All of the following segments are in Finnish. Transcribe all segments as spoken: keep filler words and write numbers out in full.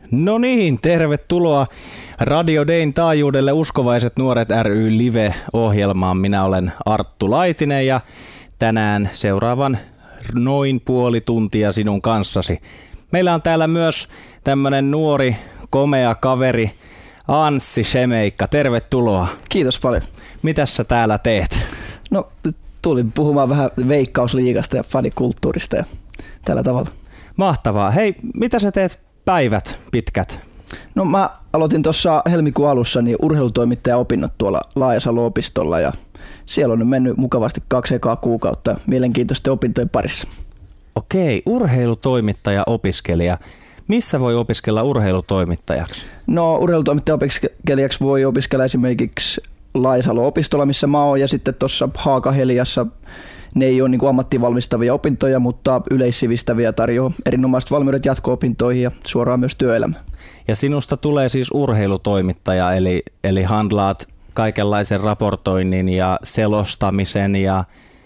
No niin, tervetuloa Radio Dayn taajuudelle Uskovaiset nuoret ry Live-ohjelmaan. Minä olen Arttu Laitinen ja tänään seuraavan noin puoli tuntia sinun kanssasi. Meillä on täällä myös tämmönen nuori, komea kaveri Anssi Shemeikka. Tervetuloa. Kiitos paljon. Mitäs sä täällä teet? No, tulin puhumaan vähän Veikkausliigasta ja fanikulttuurista ja tällä tavalla. Mahtavaa. Hei, mitä sä teet päivät pitkät? No mä aloitin tuossa helmikuun alussa niin urheilutoimittaja-opinnot tuolla Laajasalo-opistolla ja siellä on nyt mennyt mukavasti kaksi ekaa kuukautta mielenkiintoisten opintojen parissa. Okei, urheilutoimittaja-opiskelija. Missä voi opiskella urheilutoimittajaksi? No urheilutoimittaja-opiskelijaksi voi opiskella esimerkiksi Laajasalo-opistolla, missä mä oon, ja sitten tuossa Haakaheliassa. Ne ei ole niin kuin ammattivalmistavia opintoja, mutta yleissivistäviä tarjoaa erinomaiset valmiudet jatko-opintoihin ja suoraan myös työelämään. Ja sinusta tulee siis urheilutoimittaja, eli, eli handlaat kaikenlaisen raportoinnin ja selostamisen ja,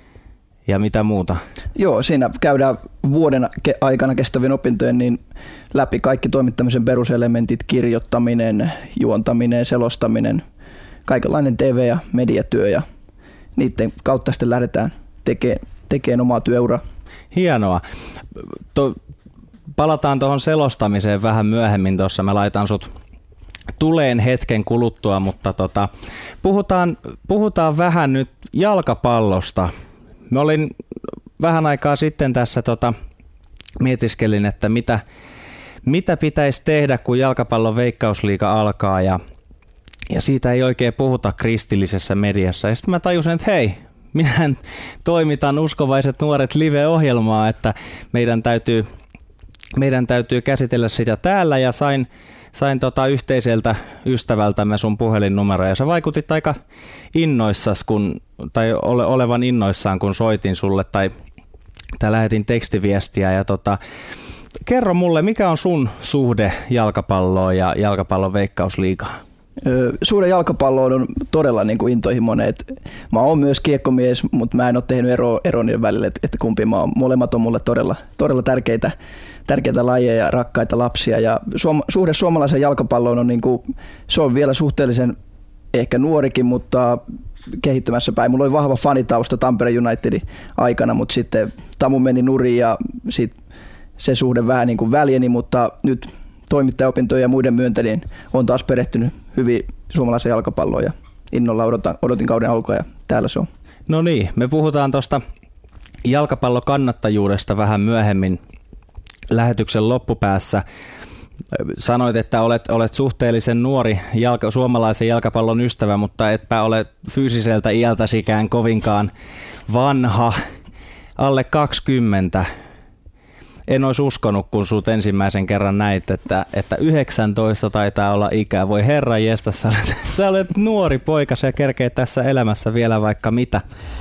ja mitä muuta? Joo, siinä käydään vuoden aikana kestävien opintojen niin läpi kaikki toimittamisen peruselementit, kirjoittaminen, juontaminen, selostaminen, kaikenlainen T V- ja mediatyö ja niiden kautta sitten lähdetään tekemään, tekemään omaa työuraa. Hienoa. To, palataan tuohon selostamiseen vähän myöhemmin. Tuossa mä laitan sut tuleen hetken kuluttua, mutta tota, puhutaan, puhutaan vähän nyt jalkapallosta. Mä olin vähän aikaa sitten tässä tota, mietiskelin, että mitä, mitä pitäisi tehdä, kun jalkapallon Veikkausliiga alkaa ja, ja siitä ei oikein puhuta kristillisessä mediassa. Ja sitten mä tajusin, että hei, minähän toimitan Uskovaiset nuoret live-ohjelmaa, että meidän täytyy, meidän täytyy käsitellä sitä täällä ja sain, sain tota yhteiseltä ystävältämme sun puhelinnumero ja sä vaikutit aika innoissas, kun, tai ole, olevan innoissaan, kun soitin sulle tai, tai lähetin tekstiviestiä ja tota, kerro mulle, mikä on sun suhde jalkapalloon ja jalkapallon Veikkausliigaan? Suhde jalkapalloon on todella niin kuin intohimoinen. Mä oon myös kiekkomies, mutta mä en ole tehnyt eroa ero niiden välillä, että kumpi mä oon. Molemmat on mulle todella, todella tärkeitä, tärkeitä lajeja ja rakkaita lapsia. Ja suom, suhde suomalaisen jalkapalloon on, niin kuin, se on vielä suhteellisen ehkä nuorikin, mutta kehittymässä päin. Mulla oli vahva fanitausta Tampere Unitedin aikana, mutta sitten Tamu meni nurin ja sit se suhde vähän niin kuin väljeni, mutta nyt toimittajaopintojen ja muiden myöntä, niin olen taas perehtynyt hyvin suomalaisen jalkapalloon ja innolla odotan, odotin kauden alkua ja täällä se on. No niin, me puhutaan tuosta jalkapallokannattajuudesta vähän myöhemmin lähetyksen loppupäässä. Sanoit, että olet, olet suhteellisen nuori jalka, suomalaisen jalkapallon ystävä, mutta etpä ole fyysiseltä iältäsikään kovinkaan vanha, alle kaksikymmentä. En olisi uskonut, kun sut ensimmäisen kerran näit, että, että yhdeksäntoista taitaa olla ikää. Voi herra jestä, sä olet, sä olet nuori poika, sä kerkeet tässä elämässä vielä vaikka mitä.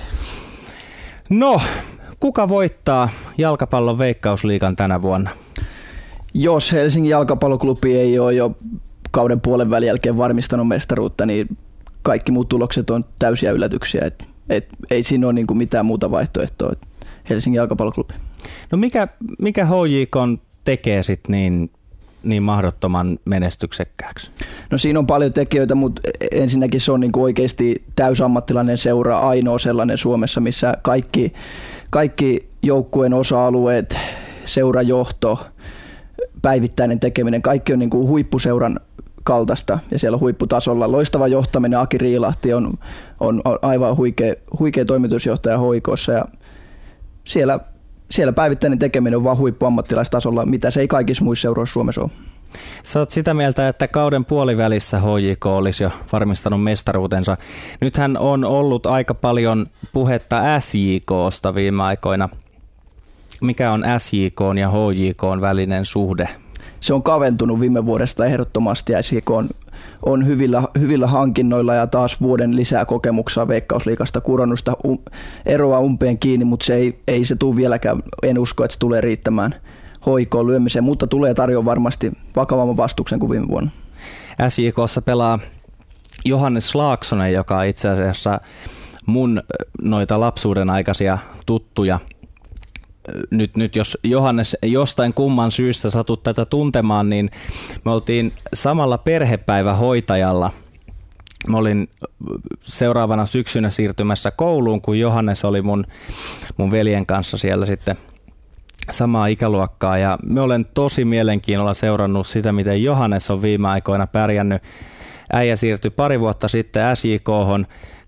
No, kuka voittaa jalkapallon Veikkausliigan tänä vuonna? Jos Helsingin jalkapalloklubi ei ole jo kauden puolen välin jälkeen varmistanut mestaruutta, niin kaikki muut tulokset on täysiä yllätyksiä. Et, et, ei siinä ole niinku mitään muuta vaihtoehtoa. Helsingin jalkapalloklubi. No mikä, mikä H J K tekee sit niin, niin mahdottoman menestyksekkääksi? No siinä on paljon tekijöitä, mutta ensinnäkin se on niinku oikeasti täysammattilainen seura, ainoa sellainen Suomessa, missä kaikki, kaikki joukkueen osa-alueet, seurajohto, päivittäinen tekeminen, kaikki on niinku huippuseuran kaltaista ja siellä huipputasolla. Loistava johtaminen, Aki Riilahti on, on, on aivan huikea, huikea toimitusjohtaja H J K:ssa ja siellä Siellä päivittäinen tekeminen on vaan huippuammattilaistasolla, mitä se ei kaikissa muissa seuroissa Suomessa ole. Sä oot sitä mieltä, että kauden puolivälissä H J K olisi jo varmistanut mestaruutensa. Nythän on ollut aika paljon puhetta S J K:sta viime aikoina. Mikä on S J K:n ja H J K:n välinen suhde? Se on kaventunut viime vuodesta ehdottomasti. S J K on, on hyvillä, hyvillä hankinnoilla ja taas vuoden lisää kokemuksia Veikkausliigasta kurannut sitä um, eroa umpeen kiinni, mutta se ei, ei se tule vieläkään. En usko, että se tulee riittämään H J K:n lyömiseen, mutta tulee tarjoamaan varmasti vakavamman vastuksen kuin viime vuonna. S J K:ssa pelaa Johannes Laaksonen, joka on itse asiassa mun noita lapsuuden aikaisia tuttuja. nyt, nyt jos Johannes jostain kumman syystä satut tätä tuntemaan, niin me oltiin samalla perhepäivähoitajalla. Mä olin seuraavana syksynä siirtymässä kouluun, kun Johannes oli mun, mun veljen kanssa siellä sitten samaa ikäluokkaa. Ja me olen tosi mielenkiinnolla seurannut sitä, miten Johannes on viime aikoina pärjännyt. Äijä siirtyi pari vuotta sitten S J K:hon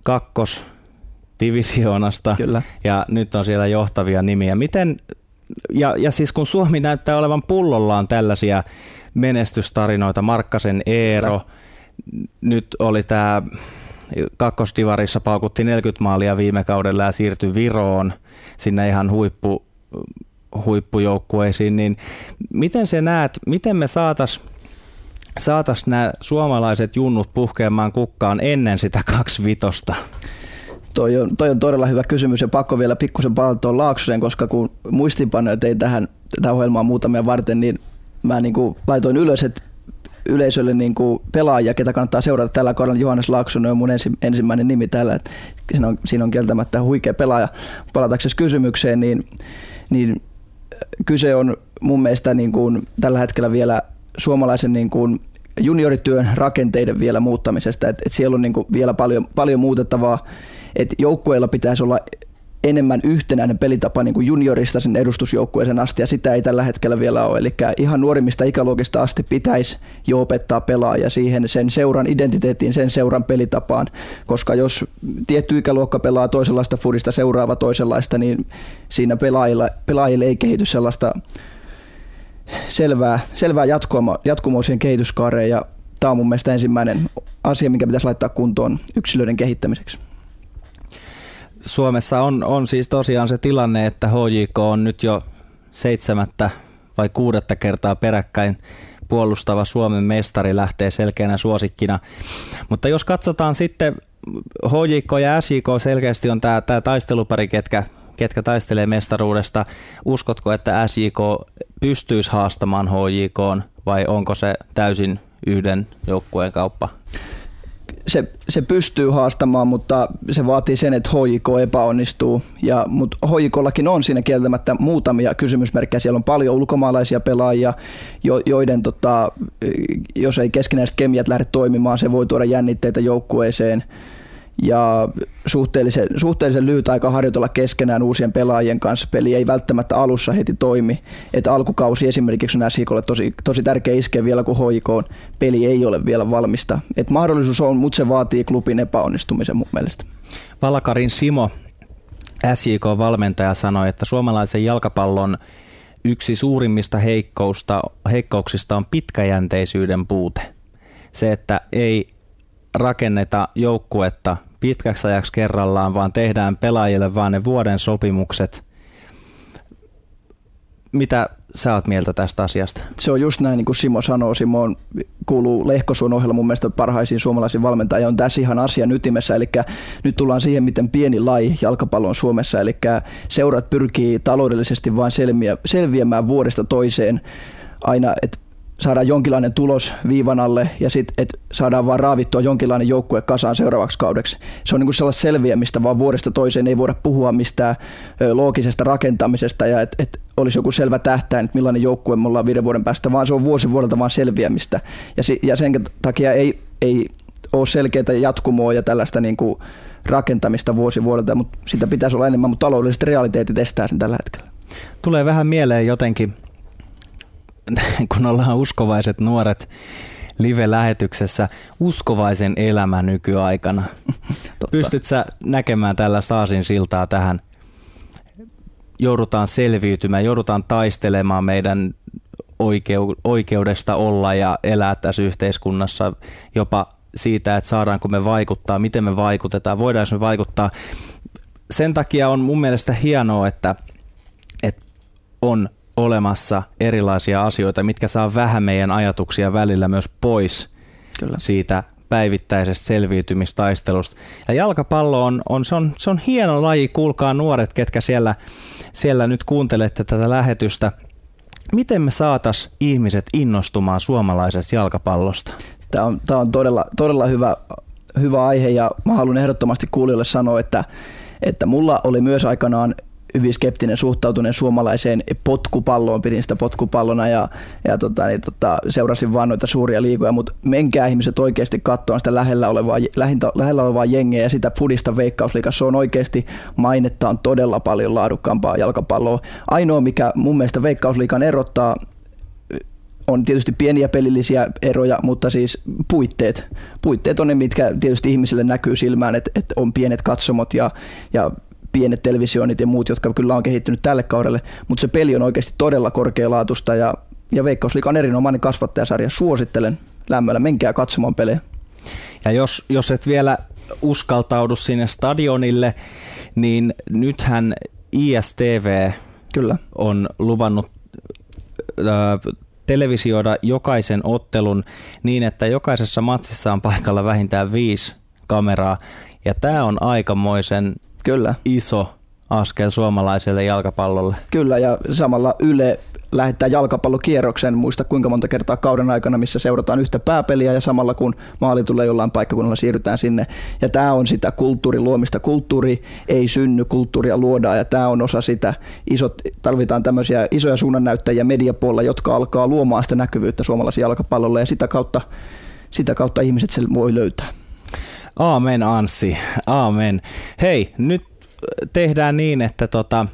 kakkosdivisioonasta. Kyllä. Ja nyt on siellä johtavia nimiä. Miten, ja, ja siis kun Suomi näyttää olevan pullollaan tällaisia menestystarinoita, Markkasen Eero, Kyllä. Nyt oli tämä kakkosdivarissa paukutti neljäkymmentä maalia viime kaudella ja siirtyi Viroon sinne ihan huippu, huippujoukkueisiin. Niin miten sä näet, miten me saatas, saatas nämä suomalaiset junnut puhkeamaan kukkaan ennen sitä kaksi vitosta? Toi on, toi on todella hyvä kysymys ja pakko vielä pikkusen palata tuon Laaksoseen, koska kun muistinpanoja tein tähän, tähän ohjelmaan muutamia varten, niin mä niin kuin laitoin ylös, että yleisölle niin kuin pelaajia, ketä kannattaa seurata tällä kaudella. Johannes Laaksonen on mun ensi, ensimmäinen nimi täällä. Että siinä, on, siinä on kieltämättä huikea pelaaja. Palataksesi kysymykseen, niin, niin kyse on mun mielestä niin kuin tällä hetkellä vielä suomalaisen niin kuin juniorityön rakenteiden vielä muuttamisesta. Et, et siellä on niin kuin vielä paljon, paljon muutettavaa. Et joukkueilla pitäisi olla enemmän yhtenäinen pelitapa niin kuin juniorista sen edustusjoukkueeseen asti, ja sitä ei tällä hetkellä vielä ole. Eli ihan nuorimmista ikäluokista asti pitäisi jo opettaa pelaajia siihen sen seuran identiteettiin, sen seuran pelitapaan, koska jos tietty ikäluokka pelaa toisenlaista fudista, seuraava toisenlaista, niin siinä pelaajilla, pelaajille ei kehity sellaista selvää, selvää jatkumoa, jatkumoa siihen kehityskaareen, ja tämä on mun mielestä ensimmäinen asia, mikä pitäisi laittaa kuntoon yksilöiden kehittämiseksi. Suomessa on, on siis tosiaan se tilanne, että H J K on nyt jo seitsemättä vai kuudetta kertaa peräkkäin puolustava Suomen mestari, lähtee selkeänä suosikkina. Mutta jos katsotaan sitten, H J K ja S J K selkeästi on tämä, tämä taistelupari, ketkä, ketkä taistelee mestaruudesta. Uskotko, että S J K pystyisi haastamaan H J K:n vai onko se täysin yhden joukkueen kauppa? Se, se pystyy haastamaan, mutta se vaatii sen, että H J K epäonnistuu. Ja, mutta H J K:llakin on siinä kieltämättä muutamia kysymysmerkkejä. Siellä on paljon ulkomaalaisia pelaajia, jo, joiden tota, jos ei keskinäiset kemiat lähde toimimaan, se voi tuoda jännitteitä joukkueeseen. Ja suhteellisen, suhteellisen lyhyt aika harjoitella keskenään uusien pelaajien kanssa. Peli ei välttämättä alussa heti toimi. Et alkukausi esimerkiksi on S J K:lle tosi, tosi tärkeä iskeä vielä, kun H J K:n peli ei ole vielä valmista. Et mahdollisuus on, mutta se vaatii klubin epäonnistumisen mun mielestä. Valakarin Simo, S J K-valmentaja, sanoi, että suomalaisen jalkapallon yksi suurimmista heikkousta, heikkouksista on pitkäjänteisyyden puute. Se, että ei rakenneta joukkuetta pitkäksi ajaksi kerrallaan, vaan tehdään pelaajille vaan ne vuoden sopimukset. Mitä sä oot mieltä tästä asiasta? Se on just näin, niin kuin Simo sanoo. Simo on, kuuluu Lehkosuon ohella mun mielestä parhaisiin suomalaisiin valmentajia, on tässä ihan asian ytimessä. Eli nyt tullaan siihen, miten pieni laji jalkapallo on Suomessa. Eli seurat pyrkii taloudellisesti vain selviä, selviämään vuodesta toiseen aina, että saadaan jonkinlainen tulos viivan alle ja sitten saadaan vaan raavittua jonkinlainen joukkue kasaan seuraavaksi kaudeksi. Se on niin kuin sellaista selviämistä, vaan vuodesta toiseen ei voida puhua mistään loogisesta rakentamisesta ja että et olisi joku selvä tähtäin, että millainen joukkue me ollaan viiden vuoden päästä, vaan se on vuosi vuodelta vaan selviämistä. Ja, si- ja sen takia ei, ei ole selkeää jatkumoa ja tällaista niin kuin rakentamista vuosi vuodelta, mutta sitä pitäisi olla enemmän, mutta taloudelliset realiteetit estää sen tällä hetkellä. Tulee vähän mieleen jotenkin, kun ollaan uskovaiset nuoret live-lähetyksessä, uskovaisen elämä nykyaikana. Pystytkö sä näkemään tällaista aasinsiltaa tähän? Joudutaan selviytymään, joudutaan taistelemaan meidän oikeudesta olla ja elää tässä yhteiskunnassa, jopa siitä, että saadaanko me vaikuttaa, miten me vaikutetaan, voidaanko me vaikuttaa. Sen takia on mun mielestä hienoa, että, että on olemassa erilaisia asioita, mitkä saa vähän meidän ajatuksia välillä myös pois Kyllä. siitä päivittäisestä selviytymistaistelusta. Ja jalkapallo on, on, se on, se on hieno laji, kuulkaa nuoret, ketkä siellä, siellä nyt kuuntelette tätä lähetystä. Miten me saataisiin ihmiset innostumaan suomalaisesta jalkapallosta? Tämä on, tämä on todella, todella hyvä, hyvä aihe ja mä haluan ehdottomasti kuulijoille sanoa, että, että mulla oli myös aikanaan hyvin skeptinen suhtautuneen suomalaiseen potkupalloon, pidin sitä potkupallona ja, ja tota, niin, tota, seurasin vaan noita suuria liigoja, mutta menkää ihmiset oikeasti katsoa sitä lähellä olevaa, lähintä, lähellä olevaa jengiä ja sitä fudista Veikkausliigassa. Se on oikeasti mainetta on todella paljon laadukkaampaa jalkapalloa. Ainoa mikä mun mielestä Veikkausliigan erottaa, on tietysti pieniä pelillisiä eroja, mutta siis puitteet. Puitteet on ne, mitkä tietysti ihmisille näkyy silmään, että, että on pienet katsomot ja, ja pienet televisioinnit ja muut, jotka kyllä on kehittynyt tälle kaudelle, mutta se peli on oikeasti todella korkealaatuista ja, ja Veikkausliiga on erinomainen kasvattajasarja. Suosittelen lämmöllä, menkää katsomaan pelejä. Ja jos, jos et vielä uskaltaudu sinne stadionille, niin nythän I S T V kyllä on luvannut äh, televisioida jokaisen ottelun niin, että jokaisessa matsissa on paikalla vähintään viisi kameraa. Ja tämä on aikamoisen Kyllä. iso askel suomalaiselle jalkapallolle. Kyllä, ja samalla Yle lähettää jalkapallokierroksen, muista kuinka monta kertaa kauden aikana, missä seurataan yhtä pääpeliä ja samalla kun maali tulee jollain paikkakunnalla, siirrytään sinne. Ja tämä on sitä kulttuurin luomista. Kulttuuri ei synny, kulttuuria luodaan ja tämä on osa sitä. Isot, tarvitaan tämmöisiä isoja suunnannäyttäjiä mediapuolella, jotka alkaa luomaan sitä näkyvyyttä suomalaisen jalkapallolle ja sitä kautta, sitä kautta ihmiset sen voi löytää. Aamen, Anssi. Aamen. Hei, nyt tehdään niin, että tota,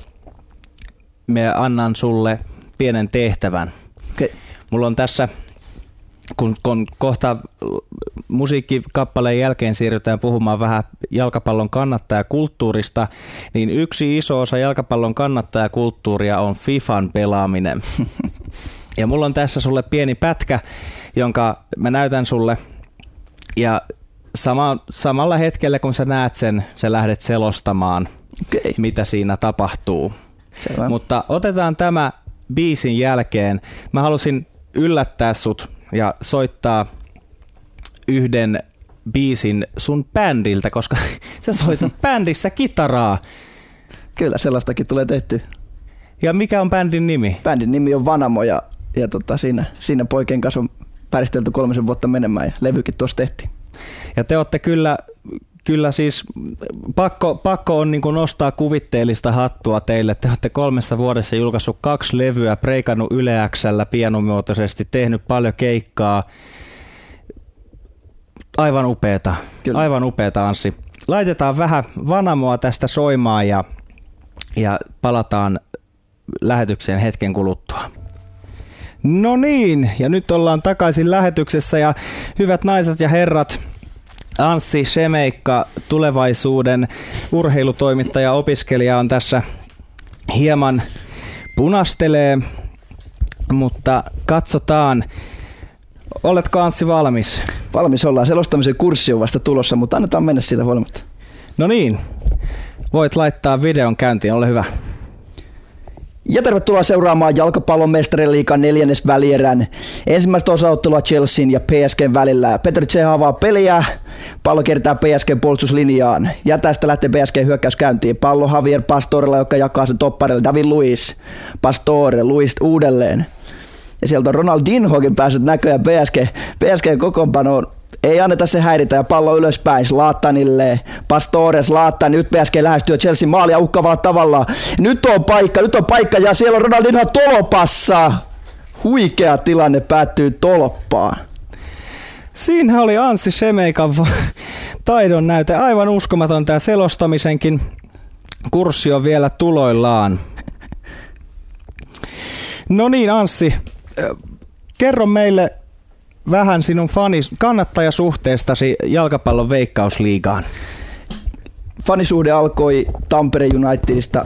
me annan sulle pienen tehtävän. Okay. Mulla on tässä, kun, kun kohta musiikkikappaleen jälkeen siirrytään puhumaan vähän jalkapallon kannattajakulttuurista, niin yksi iso osa jalkapallon kannattajakulttuuria on FIFAn pelaaminen. Ja mulla on tässä sulle pieni pätkä, jonka mä näytän sulle. Ja sama, samalla hetkellä, kun sä näet sen, sä lähdet selostamaan, okay, mitä siinä tapahtuu. Selvä. Mutta otetaan tämä biisin jälkeen. Mä halusin yllättää sut ja soittaa yhden biisin sun bändiltä, koska sä soitat bändissä kitaraa. Kyllä, sellaistakin tulee tehty. Ja mikä on bändin nimi? Bändin nimi on Vanamo ja, ja tota, siinä, siinä poikien kanssa on päristelty kolmisen vuotta menemään ja levykin tuossa tehtiin. Ja te olette kyllä, kyllä siis, pakko, pakko on niin kuin nostaa kuvitteellista hattua teille. Te olette kolmessa vuodessa julkaissut kaksi levyä, breikannut Yle X:llä pianomuotoisesti, tehnyt paljon keikkaa. Aivan upeeta, kyllä. Aivan upeeta, Anssi. Laitetaan vähän Vanamoa tästä soimaan ja, ja palataan lähetykseen hetken kuluttua. No niin, ja nyt ollaan takaisin lähetyksessä ja hyvät naiset ja herrat, Anssi Shemeikka, tulevaisuuden urheilutoimittaja, opiskelija on tässä hieman punastelee, mutta katsotaan. Oletko, Anssi, valmis? Valmis ollaan. Selostamisen kurssi on vasta tulossa, mutta annetaan mennä siitä huolimatta. No niin, voit laittaa videon käyntiin, ole hyvä. Ja tervetuloa seuraamaan jalkapallon mestariliigan neljännes välierän ensimmäistä osaottelua Chelsean ja P S G:n välillä. Petr Cech avaa peliä, pallo kiertää P S G:n puolustuslinjaan ja tästä lähtee P S G:n hyökkäys käyntiin. Pallo Javier Pastorella, joka jakaa sen topparille. David Luiz, Pastore, Luiz uudelleen. Ja sieltä on Ronaldinhokin päässyt näköjään P S G, P S G:n kokoonpanoon. Ei anneta se häiritä ja pallo ylöspäin Zlatanille. Pastore, Zlatan, nyt P S G lähestyy Chelsea maalia uhkaavalla tavalla. Nyt on paikka, nyt on paikka ja siellä on Ronaldinho tolpassa. Huikea tilanne päättyy tolppaan. Siinä oli Anssi Shemeikan taidon näyte. Aivan uskomaton tämä selostamisenkin kurssi on vielä tuloillaan. No niin, Anssi, kerro meille vähän sinun fanis, kannattajasuhteestasi jalkapallon Veikkausliigaan. Fanisuhde alkoi Tampere Unitedista,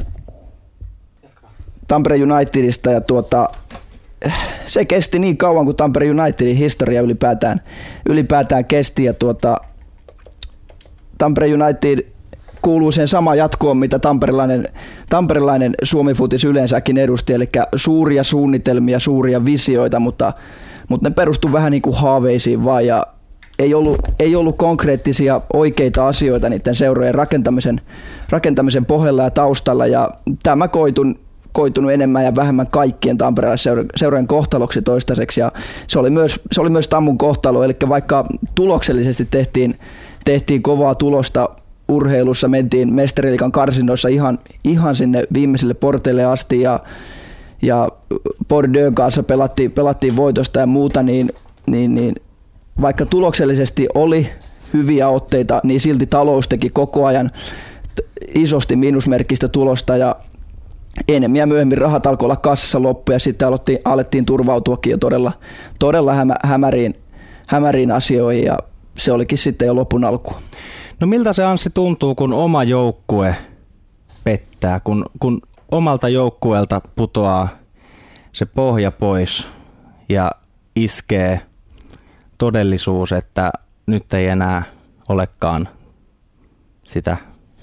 Tampere Unitedista ja tuota, se kesti niin kauan kuin Tampere Unitedin historia ylipäätään, ylipäätään kesti. Ja tuota, Tampere United kuuluu sen sama jatkoon, mitä tamperilainen, tamperilainen Suomi-futis yleensäkin edusti, eli suuria suunnitelmia, suuria visioita, mutta Mutta ne perustu vähän niin kuin haaveisiin vaan ja ei ollut, ei ollut konkreettisia oikeita asioita niiden seurojen rakentamisen, rakentamisen pohjalla ja taustalla. Ja tämä koitun, koitunut enemmän ja vähemmän kaikkien tamperelaisseurojen kohtaloksi toistaiseksi. Ja se oli myös, se oli myös Tammun kohtalo, eli vaikka tuloksellisesti tehtiin, tehtiin kovaa tulosta urheilussa mentiin mestariliigan karsinnoissa ihan, ihan sinne viimeisille porteille asti ja, ja Bordeaux kanssa pelattiin, pelattiin voitosta ja muuta, niin, niin, niin vaikka tuloksellisesti oli hyviä otteita, niin silti talous teki koko ajan isosti miinusmerkkistä tulosta ja enemmän ja myöhemmin rahat alkoi olla kassassa loppu ja sitten alettiin, alettiin turvautuakin jo todella, todella hämä, hämäriin, hämäriin asioihin ja se olikin sitten jo lopun alku. No miltä se, Anssi, tuntuu, kun oma joukkue pettää, kun, kun omalta joukkueelta putoaa se pohja pois ja iskee todellisuus, että nyt ei enää olekaan sitä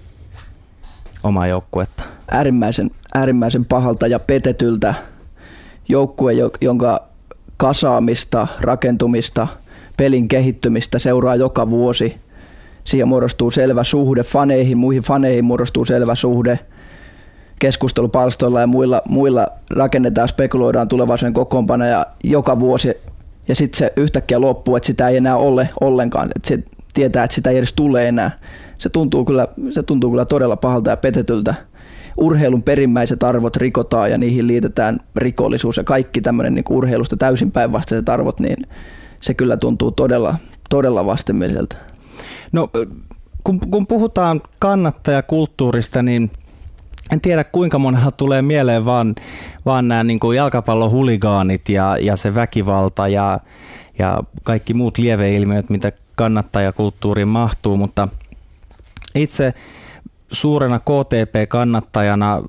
omaa joukkuetta? Äärimmäisen, äärimmäisen pahalta ja petetyltä. Joukkue, jonka kasaamista, rakentumista, pelin kehittymistä seuraa joka vuosi. Siihen muodostuu selvä suhde faneihin, muihin faneihin muodostuu selvä suhde. Keskustelupalstoilla ja muilla, muilla rakennetaan, spekuloidaan tulevaisuuden kokoonpano ja joka vuosi. Ja sitten se yhtäkkiä loppuu, että sitä ei enää ole ollenkaan. Että se tietää, että sitä ei edes tule enää. Se tuntuu kyllä, se tuntuu kyllä todella pahalta ja petetyltä. Urheilun perimmäiset arvot rikotaan ja niihin liitetään rikollisuus ja kaikki tämmöinen niin kuin urheilusta täysin päinvastaiset arvot, niin se kyllä tuntuu todella, todella vastenmieliseltä. No kun, kun puhutaan kannattajakulttuurista, niin en tiedä kuinka monella tulee mieleen vaan, vaan nämä niin kuin jalkapallohuligaanit ja, ja se väkivalta ja, ja kaikki muut lieveilmiöt, mitä kannattajakulttuuriin mahtuu, mutta itse suurena K T P-kannattajana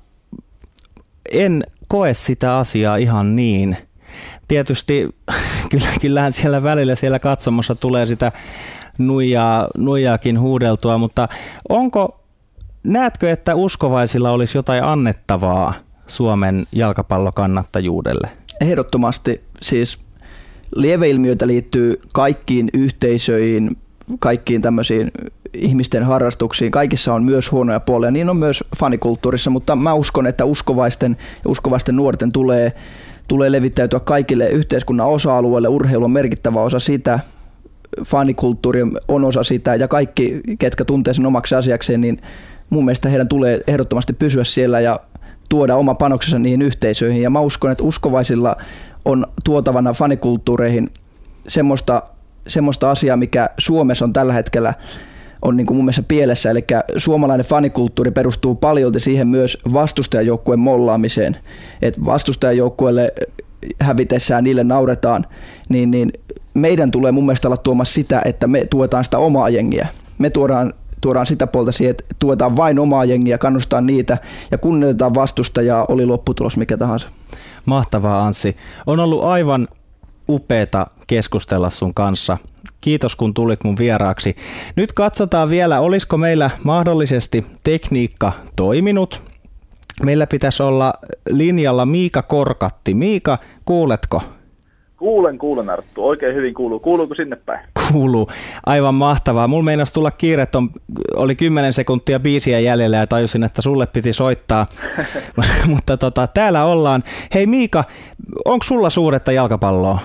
en koe sitä asiaa ihan niin. Tietysti kyllähän siellä välillä siellä katsomossa tulee sitä nuijaa, nuijaakin huudeltua, mutta onko, näetkö, että uskovaisilla olisi jotain annettavaa Suomen jalkapallokannattajuudelle? Ehdottomasti. Siis lieveilmiöitä liittyy kaikkiin yhteisöihin, kaikkiin tämmöisiin ihmisten harrastuksiin. Kaikissa on myös huonoja puolia, niin on myös fanikulttuurissa, mutta mä uskon, että uskovaisten ja uskovaisten nuorten tulee, tulee levittäytyä kaikille yhteiskunnan osa-alueille. Urheilu on merkittävä osa sitä, fanikulttuuri on osa sitä ja kaikki, ketkä tuntee sen omaksi asiakseen, niin mun mielestä heidän tulee ehdottomasti pysyä siellä ja tuoda oma panoksensa niihin yhteisöihin. Ja mä uskon, että uskovaisilla on tuotavana fanikulttuureihin semmoista, semmoista asiaa, mikä Suomessa on tällä hetkellä on niin kuin mun mielestä pielessä, eli suomalainen fanikulttuuri perustuu paljolti siihen myös vastustajajoukkueen mollaamiseen, että vastustajajoukkueelle hävitessään niille nauretaan, niin, niin meidän tulee mun mielestä olla tuomassa sitä, että me tuetaan sitä omaa jengiä. Me tuodaan, tuodaan sitä puolta siihen, että tuetaan vain omaa jengiä, kannustaan niitä ja kunnioitetaan vastustajaa, oli lopputulos mikä tahansa. Mahtavaa, Anssi. On ollut aivan upeata keskustella sun kanssa. Kiitos, kun tulit mun vieraaksi. Nyt katsotaan vielä, olisiko meillä mahdollisesti tekniikka toiminut. Meillä pitäisi olla linjalla Miika Korkatti. Miika, kuuletko? Kuulen, kuulen Arttu. Oikein hyvin kuuluu. Kuuluuko sinne päin? Kuuluu. Aivan mahtavaa. Mulla meinasi tulla kiire, että on, oli kymmenen sekuntia biisiä jäljellä ja tajusin, että sulle piti soittaa. Mutta tota, täällä ollaan. Hei Miika, onko sulla suhdetta jalkapalloa?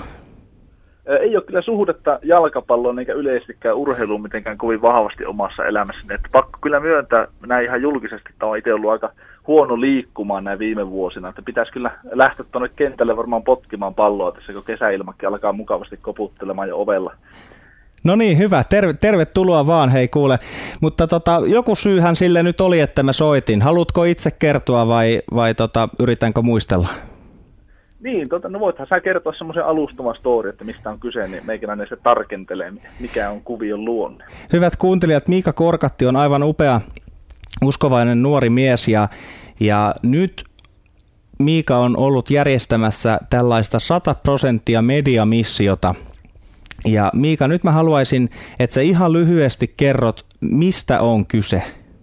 Ei ole kyllä suhdetta jalkapalloon eikä yleisestikään urheiluun mitenkään kovin vahvasti omassa elämässäni. Että pakko kyllä myöntää näin ihan julkisesti, että on itse ollut aika huono liikkumaan näin viime vuosina. Että pitäisi kyllä lähteä tuonne kentälle varmaan potkimaan palloa tässä, kun kesäilmakin alkaa mukavasti koputtelemaan jo ovella. No niin, hyvä. Terve, tervetuloa vaan, hei kuule. Mutta tota, joku syyhän sille nyt oli, että mä soitin. Haluatko itse kertoa vai, vai tota, yritänkö muistella? Niin, tota, no voithan sä kertoa semmoisen alustavan story, että mistä on kyse, niin meikäläinen se tarkentelee, mikä on kuvion luonne. Hyvät kuuntelijat, Miika Korkatti on aivan upea, uskovainen nuori mies ja, ja nyt Miika on ollut järjestämässä tällaista sata prosenttia mediamissiota. Ja Miika, nyt mä haluaisin, että sä ihan lyhyesti kerrot, mistä on kyse.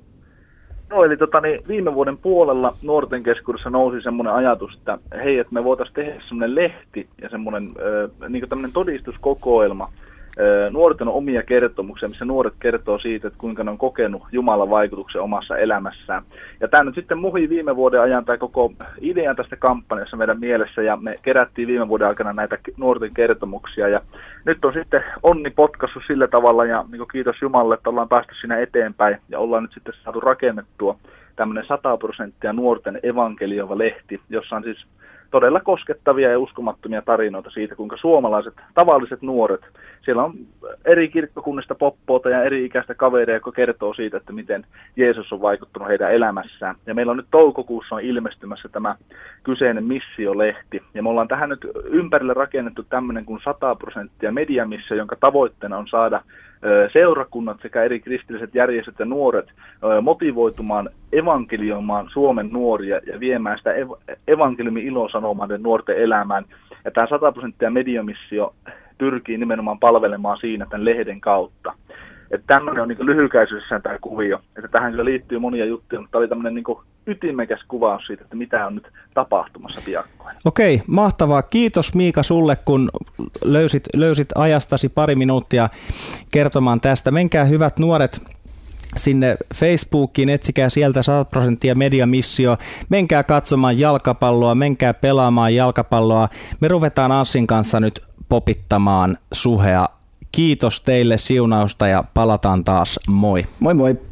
No eli tota, niin viime vuoden puolella nuorten keskuudessa nousi semmoinen ajatus, että hei, että me voitaisiin tehdä semmoinen lehti ja semmoinen äh, niin tämmöinen todistuskokoelma nuorten omia kertomuksia, missä nuoret kertoo siitä, että kuinka ne on kokenut Jumalan vaikutuksen omassa elämässään. Ja tämä nyt sitten muhi viime vuoden ajan tämä koko idea tästä kampanjassa meidän mielessä, ja me kerättiin viime vuoden aikana näitä nuorten kertomuksia, ja nyt on sitten onni potkassut sillä tavalla, ja niin kiitos Jumalalle, että ollaan päästy siinä eteenpäin, ja ollaan nyt sitten saatu rakennettua tämmöinen sata prosenttia nuorten evankelioiva lehti, jossa on siis todella koskettavia ja uskomattomia tarinoita siitä, kuinka suomalaiset tavalliset nuoret, siellä on eri kirkkokunnista poppoota ja eri ikäistä kavereja, jotka kertoo siitä, että miten Jeesus on vaikuttanut heidän elämässään. Ja meillä on nyt toukokuussa on ilmestymässä tämä kyseinen missiolehti. Ja me ollaan tähän nyt ympärille rakennettu tämmöinen kuin sata prosenttia mediamissio, jonka tavoitteena on saada seurakunnat sekä eri kristilliset järjestöt ja nuoret motivoitumaan evankelioimaan Suomen nuoria ja viemään sitä evankeliumin ilosanomaa nuorten elämään. Ja tämä sata prosenttia mediamissio pyrkii nimenomaan palvelemaan siinä tämän lehden kautta. Että tämmöinen on niin lyhykäisyydessään tämä kuvio. Että tähän kyllä liittyy monia juttuja, mutta tämä oli tämmöinen niin ytimekäs kuvaus siitä, että mitä on nyt tapahtumassa piakkoin. Okei, mahtavaa. Kiitos Miika sulle, kun löysit, löysit ajastasi pari minuuttia kertomaan tästä. Menkää hyvät nuoret sinne Facebookiin, etsikää sieltä sata prosenttia mediamissio, menkää katsomaan jalkapalloa, menkää pelaamaan jalkapalloa. Me ruvetaan Anssin kanssa nyt popittamaan Suhea. Kiitos teille siunausta ja palataan taas. Moi. Moi moi.